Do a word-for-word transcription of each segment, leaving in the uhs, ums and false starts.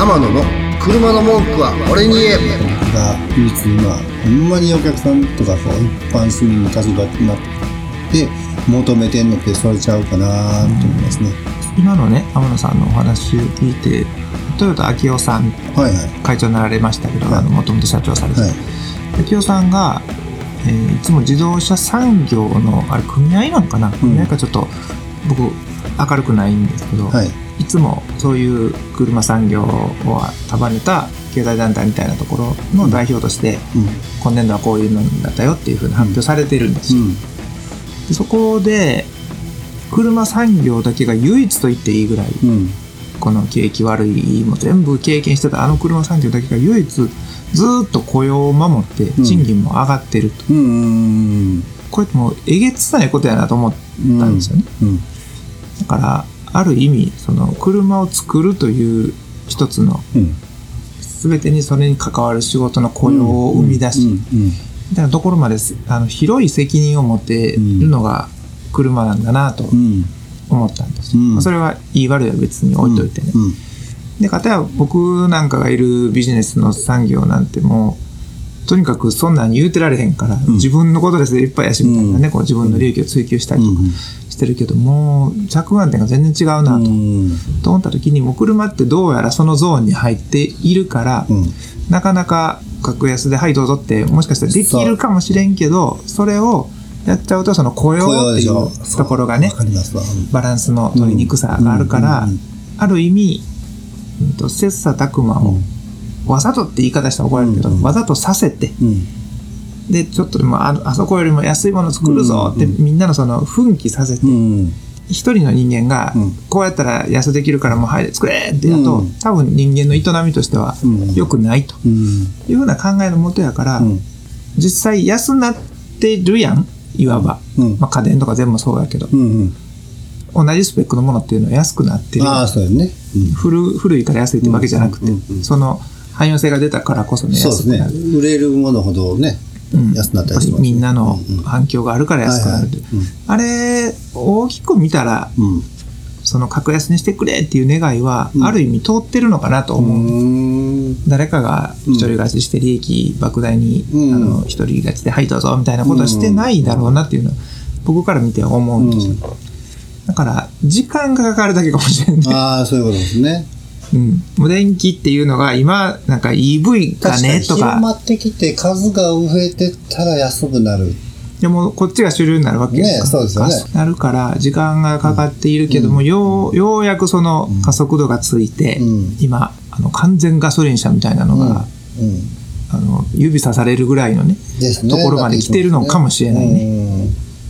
天野の車の文句は俺に言え。 が唯一今ほんまにお客さんとかこう一般市民の立場になって求めてんのってそれちゃうかなと思いますね。 今のね天野さんのお話を聞いて、トヨタ秋夫さん、はいはい、会長になられましたけど、はい、あのもともと社長されて、はい、秋夫さんが、えー、いつも自動車産業のあれ組合なのかな、組合かちょっと僕明るくないんですけど、はい、いつもそういう車産業を束ねた経済団体みたいなところの代表として、うん、今年度はこういうのだったよっていうふうに発表されてるんですよ、うん、でそこで車産業だけが唯一と言っていいぐらい、うん、この景気悪いも全部経験してたあの車産業だけが唯一ずっと雇用を守って賃金も上がってると、うん、これもうえげつないことやなと思ったんですよね、うんうん、だからある意味その車を作るという一つの、うん、全てにそれに関わる仕事の雇用を生み出し、うんうんうん、みたいなところまであの広い責任を持っているのが車なんだなと思ったんです、うんまあ、それは言い悪いは別に置いといてね、うんうん、でかたや僕なんかがいるビジネスの産業なんてもうとにかくそんなん言うてられへんから、うん、自分のことですいっぱいやしみたいなね、うん、こう自分の利益を追求したりとかしてるけど、もう着眼点が全然違うなと、うん、と思った時にもう車ってどうやらそのゾーンに入っているから、うん、なかなか格安ではいどうぞってもしかしたらできるかもしれんけど、それをやっちゃうとその雇用っていうところがねバランスの取りにくさがあるから、うんうんうんうん、ある意味、うん、と切磋琢磨を、うんわざとって言い方したら怒られるけど、うんうん、わざとさせて、うん、でちょっとでも あ, あそこよりも安いもの作るぞって、うんうん、みんなのその奮起させて、うん、一人の人間が、うん、こうやったら安できるからもうはい作れってやると、うん、多分人間の営みとしては良くないというふうな考えのもとやから、うん、実際安なってるやんいわば、うんまあ、家電とか全部そうやけど、うんうん同じスペックのものっていうのは安くなってる。 ああ、そうよね。うん、古, 古いから安いってわけじゃなくて、うんうんうん、その汎用性が出たからこそね、安くなる。 そうですね。売れるものほどね、うん、安くなったりします、ね。みんなの反響があるから安くなる。あれ、大きく見たら、うん、その格安にしてくれっていう願いは、うん、ある意味通ってるのかなと思う。うん、誰かが一人勝ちして利益莫大に、うん、あの一人勝ちではいどうぞみたいなことはしてないだろうなっていうのは、僕から見て思うんですよ。うんだから時間がかかるだけかもしれない。 ああ、そういうことですね。 うん。無電気っていうのが今なんか イーブイ がねとか。 広まってきて数が増えてったら安くなる。 でもこっちが主流になるわけですか。ね、そうですよね。 なるから時間がかかっているけども、うん、ようようやくその加速度がついて、うん、今あの完全ガソリン車みたいなのが、うんうん、あの指さされるぐらいのね、ねところまで来ているのかもしれないね。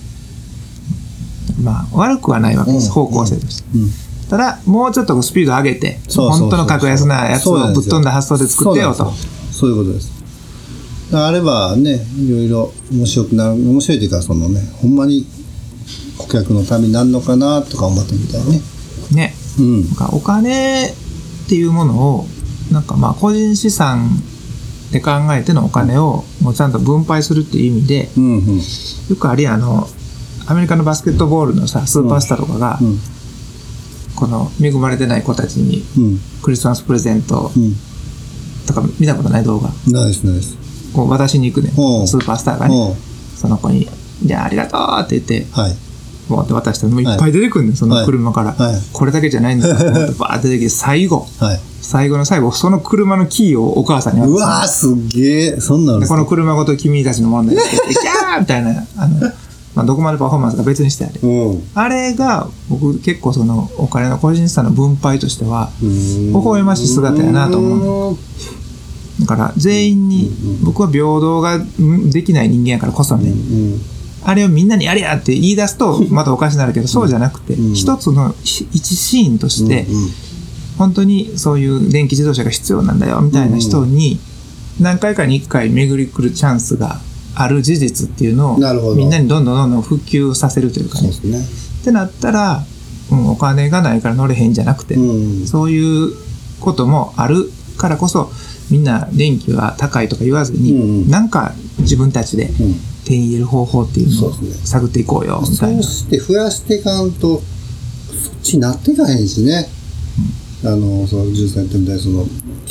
まあ、悪くはないわけです、うん、方向性として、うんうん、ただもうちょっとスピード上げて本当の格安なやつをぶっ飛んだ発想で作ってよとそういうことです。あればねいろいろ面白くなる面白いというかそのねほんまに顧客のためになるのかなとか思ってみたいねね、うん、なんかお金っていうものをなんかまあ個人資産で考えてのお金をもうちゃんと分配するっていう意味で、うんうん、よくあれあのアメリカのバスケットボールのさスーパースターとかが、うん、この恵まれてない子たちにクリスマスプレゼントとか見たことない動画、 うん、ナイスナイスこう渡しに行くねスーパースターがねその子にじゃあありがとうって言って、はい、もうって渡したらもういっぱい出てくるね、はい、その車から、はいはい、これだけじゃないんだってバーって出てきて最後、はい、最後の最後その車のキーをお母さんに渡す。 うわーすげえそんなのこの車ごと君たちのものだよってキャーみたいなあのまあ、どこまでパフォーマンスが別にしてある、うん、あれが僕結構そのお金の個人資産の分配としては微笑ましい姿やなと思う。だから全員に僕は平等ができない人間やからこそね、うん、あれをみんなにやれやって言い出すとまたおかしになるけどそうじゃなくて、うん、一つの一シーンとして本当にそういう電気自動車が必要なんだよみたいな人に何回かにいっかい巡り来るチャンスがある事実っていうのをみんなにどんどんどんどん普及させるというかね。そうですね。ってなったら、うん、お金がないから乗れへんじゃなくて、うん、そういうこともあるからこそみんな電気は高いとか言わずに、うんうん、なんか自分たちで手に入れる方法っていうのを探っていこうよみたいな。 そうして増やしていかんとそっちになっていかへんしね。うん、あのそのじゅうさんてんみたいにその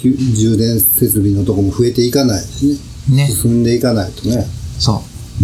充電設備のとこも増えていかないしね。ね。進んでいかないとね。 そう。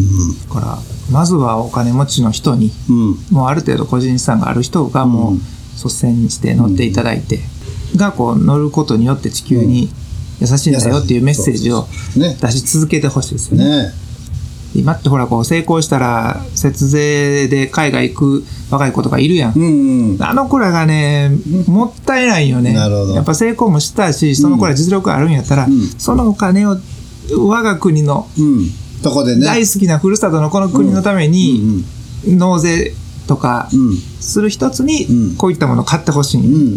うん。だから、まずはお金持ちの人に、うん、もうある程度個人資産がある人がもう率先して乗っていただいて、うん、がこう乗ることによって地球に優しいんだよっていうメッセージを出し続けてほしいですよね。ね。今ってほらこう成功したら節税で海外行く若い子とかいるやん、うんうん、あの子らがねもったいないよね。なるほど。やっぱ成功もしたしその子ら実力あるんやったら、うん、そのお金を我が国のとこでね、 大好きなふるさとのこの国のために納税とかする一つにこういったものを買ってほしい、うんうんうんうん、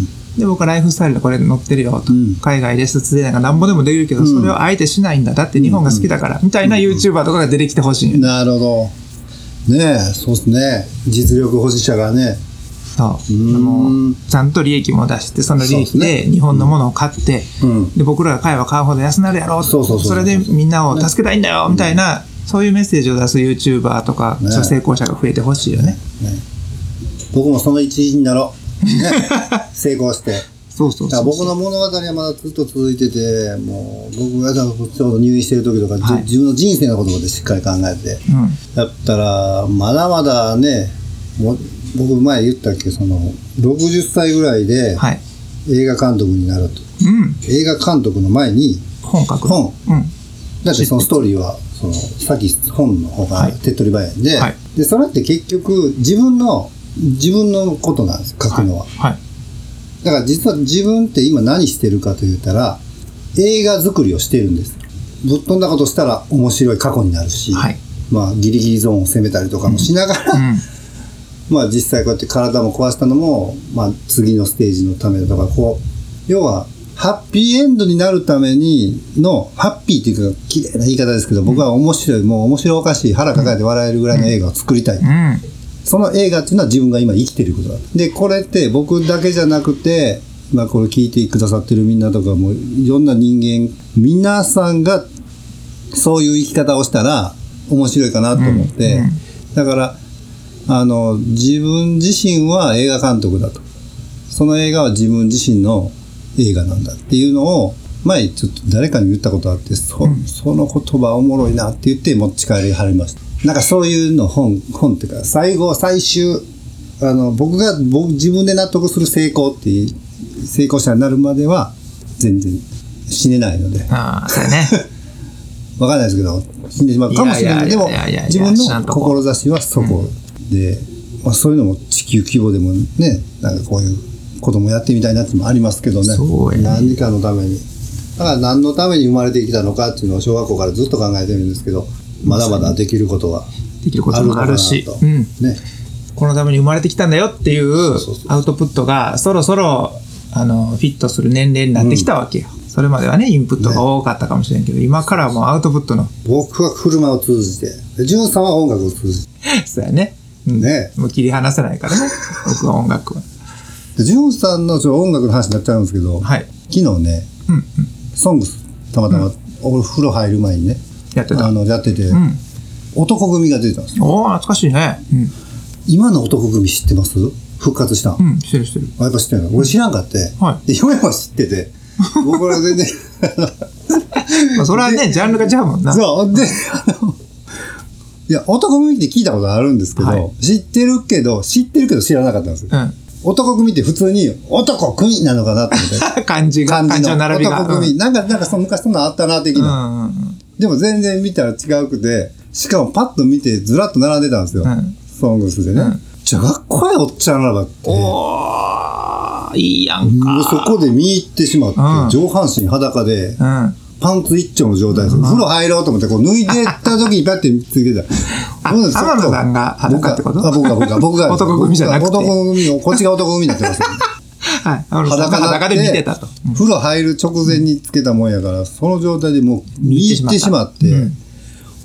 で僕はライフスタイルでこれ載ってるよと、うん、海外で節税なんかなんぼでもできるけど、うん、それをあえてしないんだ、だって日本が好きだから、うん、みたいな YouTuber とかが出てきてほしい、 うん、なるほどねえ。そうですね、実力保持者がね、 そう、うん、もうちゃんと利益も出してその利益で日本のものを買って、うん、で僕らが買えば買うほど安なるやろ、そうそうそうそう、それでみんなを助けたいんだよ、ね、みたいな、そういうメッセージを出す YouTuber とか、ね、成功者が増えてほしいよね。ね、 僕もその一員になろう、ね、成功してそうそうそうそう、 僕の物語はまだずっと続いてて、もう僕がちょうど入院してる時とか、はい、自分の人生のことまでしっかり考えて、うん、だったらまだまだね、もう僕前言ったっけ、そのろくじゅっさいぐらいで映画監督になると、うん、映画監督の前に本書く本、うん、だってそのストーリーはそのさっき本の方が手っ取り早いんで、はい、でそれって結局自分の自分のことなんですよ、書くのは、はいはい、だから実は自分って今何してるかと言ったら映画作りをしてるんです。ぶっ飛んだことしたら面白い過去になるし、はい、まあギリギリゾーンを攻めたりとかもしながら、うんうん、まあ実際こうやって体も壊したのも、まあ、次のステージのためだとか、こう要はハッピーエンドになるためにのハッピーっていうか綺麗な言い方ですけど、僕は面白い、もう面白おかしい、腹抱えて笑えるぐらいの映画を作りたい、うんうん、その映画っていうのは自分が今生きてることだ。でこれって僕だけじゃなくて、まあこれ聞いてくださってるみんなとかもいろんな人間皆さんがそういう生き方をしたら面白いかなと思って、うんうん、だからあの自分自身は映画監督だと、その映画は自分自身の映画なんだっていうのを前ちょっと誰かに言ったことあって、 そ, その言葉おもろいなって言って持ち帰りはりました。なんかそういうの本本っていうか最後最終あの僕が僕自分で納得する成功っていう成功者になるまでは全然死ねないので、 ああそうやね分かんないですけど死んでしまうかもしれない。でも自分の志はそこで、うん、まあ、そういうのも地球規模でもね、なんかこういうこともやってみたいなってもありますけど ね, ね何かのために、だから何のために生まれてきたのかっていうのを小学校からずっと考えてるんですけど、まだまだできることはできることもあるし、うん、ね、このために生まれてきたんだよっていうアウトプットがそろそろあのフィットする年齢になってきたわけよ、うん、それまではねインプットが多かったかもしれんけど、ね、今からはもうアウトプットの、 僕は車を通じて、潤さんは音楽を通じてそうやね、うん、ね、もう切り離せないからね僕は音楽は。 潤さんのちょ音楽の話になっちゃうんですけど、はい、昨日ね、うんうん、ソングスたまたま、うん、お風呂入る前にねやってたあのやってて、うん、男組が出てたんですよ。 おー懐かしいね、うん、 今の男組知ってます？復活したん、 うん、知ってる知ってる。 あやっぱ知ってるの？俺知らんかって、はい、で嫁も知ってて僕は全然まあそれはねジャンルが違うもんな。 そうであのいや男組って聞いたことあるんですけど、はい、知ってるけど知ってるけど知らなかったんですよ、うん、男組って普通に男組なのかなって思って漢字が漢字の並びが男組、うん、なんかなんかその昔そんなあったな的な、うんうんうん、でも全然見たら違うくて、しかもパッと見てずらっと並んでたんですよ、うん、ソングスでね、うん、じゃがっこいおっちゃんらばって、 おーいいやんか。 もうそこで見入ってしまって、うん、上半身裸で、うん、パンツ一丁の状態です、うん、風呂入ろうと思ってこう脱いでた時にパッてつけたあ、天野さんが裸ってこと？ あ、僕が僕が僕が男組じゃなくて男組をこっちが男組になってますよねはい、裸, 裸で見てたと、 うん、風呂入る直前につけたもんやから、その状態でもう見入ってしまって、うん、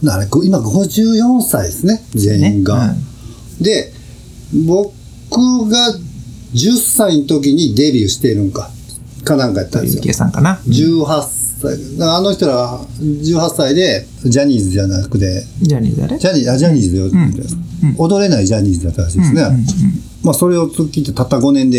あれ今ごじゅうよんさいですね全員が、ね、うん、で僕がじゅっさいの時にデビューしてるんかかなんかやったんですよ。 計算かな、うん、 じゅうはっさいあの人らじゅうはっさいでジャニーズじゃなくてジャニーズあれジャニーズ、あ、ジャニーズよ、うんうん、踊れないジャニーズだったらしいですね、うんうんうん、まあ、それを突きってたったごねんで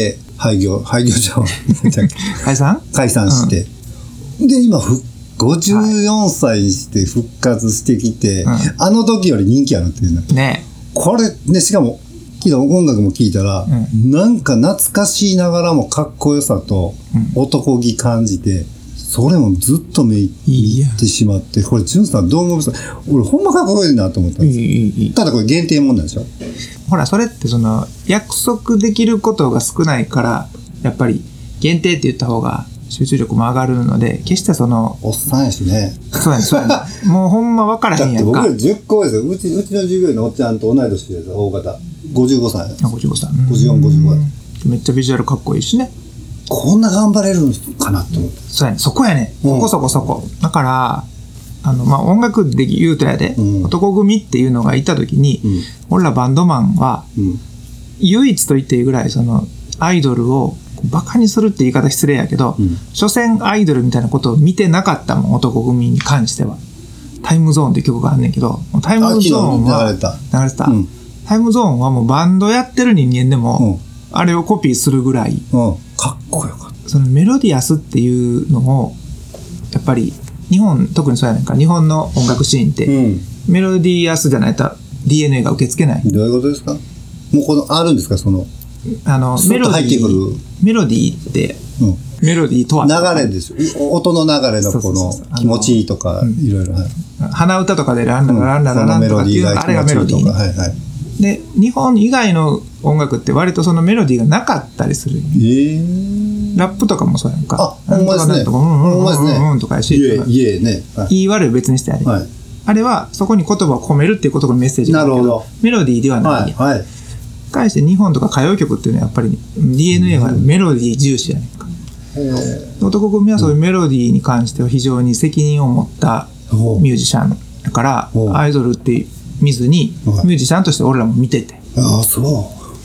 廃業、廃業じゃん。 解散解散して。うん、で、今、ごじゅうよんさいにして復活してきて、はい、あの時より人気あるっていうの。 ね。 これ、ね、しかも、昨日音楽も聴いたら、うん、なんか懐かしいながらもかっこよさと男気感じて、それもずっと目いってしまって、これ、ジュンさんどう思いますか？俺、ほんまかっこいいなと思ったんです。いいいいただこれ限定もんなんでしょ？ ほら、それってその、約束できることが少ないから、やっぱり限定って言った方が集中力も上がるので、決してその、 おっさんやしね。 そうやね、そうやね。もうほんま分からへんやんか。 だって僕らじゅっこですよ。うち、うちの従業員のおっちゃんと同い年ですよ、大方。ごじゅうごさい。 あ、ごじゅうごさい。 ごじゅうよん、ごじゅうご。 めっちゃビジュアルかっこいいしね。 こんな頑張れるんかなと思って。 そうやね、そこやね。そこそこそこ。だから、あの、まあ、音楽で言うとやで、うん、男組っていうのがいたときに、うん、俺らバンドマンは、うん、唯一と言っていいぐらい、その、アイドルをバカにするって言い方失礼やけど、うん、所詮アイドルみたいなことを見てなかったもん、男組に関しては。タイムゾーンって曲があんねんけど、タイムゾーンは、 流れた。 流れてた、うん。タイムゾーンはもうバンドやってる人間でも、うん、あれをコピーするぐらい、 うん、かっこよかった。 そのメロディアスっていうのを、やっぱり、日本、特にそうやねんか、日本の音楽シーンって、うん、メロディアスじゃないと ディーエヌエー が受け付けない。 どういうことですか？もうこの、あるんですかその、 あの、メロディー、メロディーって、うん、メロディーとは流れですよ。音の流れのこの気持ちいいとか、いろいろ。 鼻歌とかでランララランララランとかっていう、あれがメロディー、ね。はいはい。で、日本以外の音楽って割とそのメロディーがなかったりする。えー、ラップとかもそうやんか。 あ、ほんまですね。 うんうんうんうんうんとかやし。 いえ、いえね。 言い悪い別にしてあれ。はい、あれはそこに言葉を込めるっていうことがメッセージだけど。なるほど。メロディーではないやん。はい。はい。対して日本とか歌謡曲っていうのはやっぱり ディーエヌエー はメロディー重視やねんか。男組はそういうメロディーに関しては非常に責任を持ったミュージシャンだから、アイドルって見ずにミュージシャンとして俺らも見てて。 ああ、そう。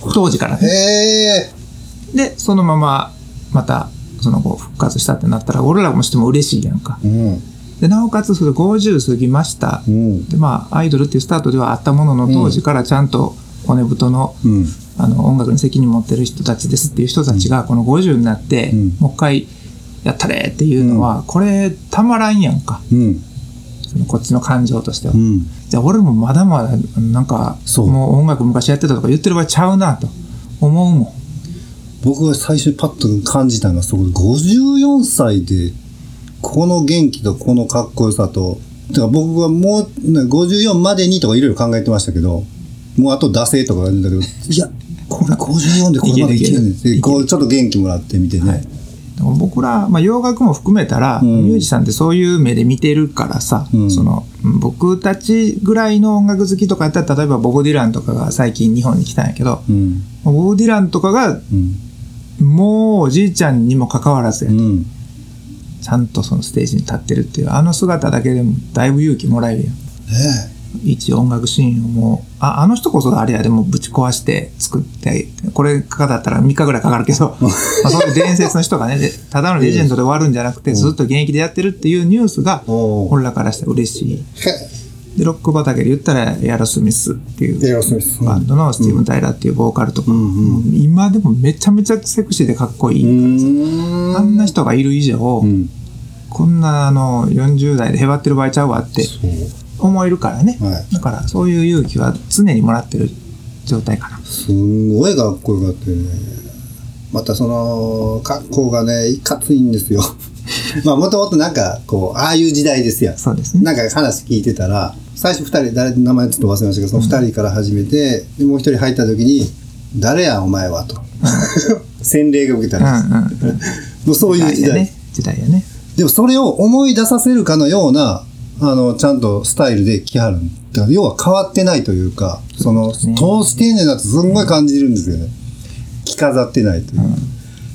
当時からね。 へー。で、そのまままたその後復活したってなったら俺らもしても嬉しいやんか。うん、でなおかつそれごじゅう過ぎました。うん、でまあアイドルっていうスタートではあったものの当時からちゃんと骨太の、うん、あの音楽に責任持ってる人たちですっていう人たちがこのごじゅうになって、うん、もう一回やったれっていうのは、うん、これたまらんやんか、うん、そのこっちの感情としては、うん、じゃあ俺もまだまだなんかもう音楽昔やってたとか言ってる場合ちゃうなと思うもん。 僕が最初にパッと感じたのがそこでごじゅうよんさいでこの元気とこのかっこよさとてか僕はもうごじゅうよんまでにとかいろいろ考えてましたけどもうあと惰性とかあるんだけどいやこれごじゅうよんでこれまでいけるんですこうちょっと元気もらってみてね、はい、 僕ら、まあ、洋楽も含めたら、うん、ミュージシャンってそういう目で見てるからさ、うん、その僕たちぐらいの音楽好きとかやったら例えばボブ・ディランとかが最近日本に来たんやけど、うん、ボブ・ディランとかが、うん、もうおじいちゃんにもかかわらずやと、うん、ちゃんとそのステージに立ってるっていうあの姿だけでもだいぶ勇気もらえるやん、ねえ一音楽シーンをもう あ, あの人こそあれやでもぶち壊して作ってこれかかったらみっかぐらいかかるけどまあそういう伝説の人がねただのレジェンドで終わるんじゃなくてずっと現役でやってるっていうニュースが俺らからしたら嬉しいでロック畑で言ったらエアロスミスっていうバンドのスティーブン・タイラーっていうボーカルとか、うんうん、今でもめちゃめちゃセクシーでかっこいいからさあんな人がいる以上、うん、こんなあのよんじゅう代でへばってる場合ちゃうわって思えるからね、はい、だからそういう勇気は常にもらってる状態かな。 すんごいかっこよかったよね。またその格好がねいかついんですよまあもともとなんかこうああいう時代ですよ。 そうですね。 なんか話聞いてたら最初ふたり誰名前ちょっと忘れましたけどそのふたりから始めて、うん、でもうひとり入った時に誰やお前はと洗礼が受けたら、うんうんうん、もうそういう時代、ね、 時代やね。 でもそれを思い出させるかのようなあのちゃんとスタイルで着はる。だから要は変わってないというか、その通し丁寧だとすんごい感じるんですよね。着飾ってないという。うん、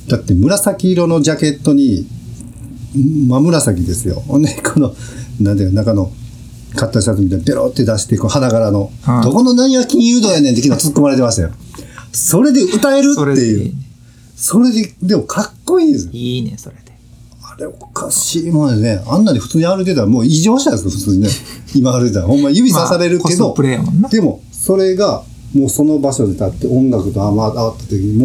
だって紫色のジャケットに真紫ですよ。ねこのなんていう中のカッターシャツみたいにペロって出してこう花柄の、うん、どこの何が金融道やねんって昨日突っ込まれてましたよ。それで歌えるっていう。それででもかっこいいです。 いいねそれで。 あれおかしいもんですね。あんなに普通に歩いてたらもう異常者ですよ普通にね。今歩いてたらほんま指さされるけど、 まあ、でもそれがもうその場所で立って音楽と合わった時にも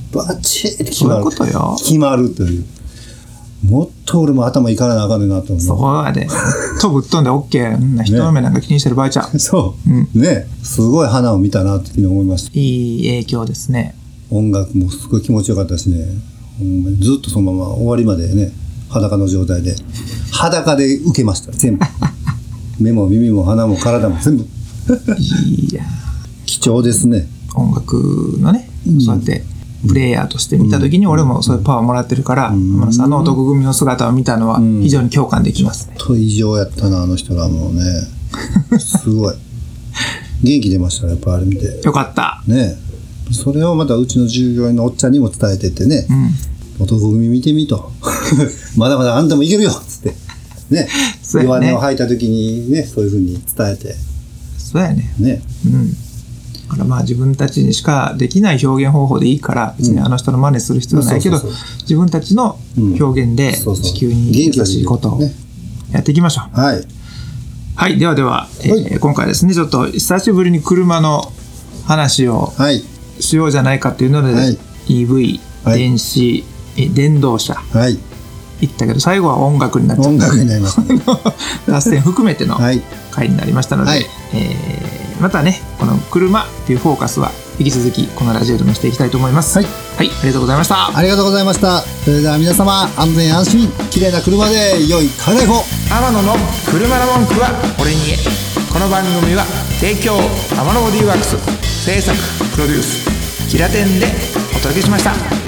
バッチリ決まる。 そういうことよ。 決まるという。もっと俺も頭いかなあかんねんなと思う。 そうやで。とぶっ飛んで OK。うんな人の目なんか気にしてる場合ちゃう。 ね、そう、 うん。 ね。すごい花を見たなって思いました。 いい影響ですね。 音楽もすごい気持ちよかったしね。ほんまにずっとそのまま終わりまでね、裸の状態で。裸で受けました。全部。目も耳も鼻も体も全部。 いや。 貴重ですね。 音楽のね、うん、そうやって。プレイヤーとして見たときに俺もそういうパワーもらってるから、天野さんの男組の姿を見たのは非常に共感できますね。 ちょっと異常やったな、あの人らもうね。すごい。元気出ましたね、やっぱあれ見て。 よかった。ね。 それをまたうちの従業員のおっちゃんにも伝えてってね、うん、男組見てみと。まだまだあんたもいけるよっつって。ね。弱音を吐いたときにね、そういうふうに伝えて。 そうやね。 ね。うん。 だからまあ自分たちにしかできない表現方法でいいから別にあの人の真似する必要はないけど自分たちの表現で地球に優しいことをやっていきましょう。 はい、 はい、ではでは、えー、今回ですねちょっと久しぶりに車の話をしようじゃないかというので、はい、イーブイ、はい、電子電動車、はい、言ったけど最後は音楽になっちゃった。 音楽になります、ね、 脱線含めての回になりましたので、はい、えーまたねこの車っていうフォーカスは引き続きこのラジオでもしていきたいと思います。はい、はい、ありがとうございました。 ありがとうございました。それでは皆様安全安心綺麗な車で良い旅を。 天野の車の文句は俺に言え。この番組は提供天野ボディーワークス制作プロデュースキラテンでお届けしました。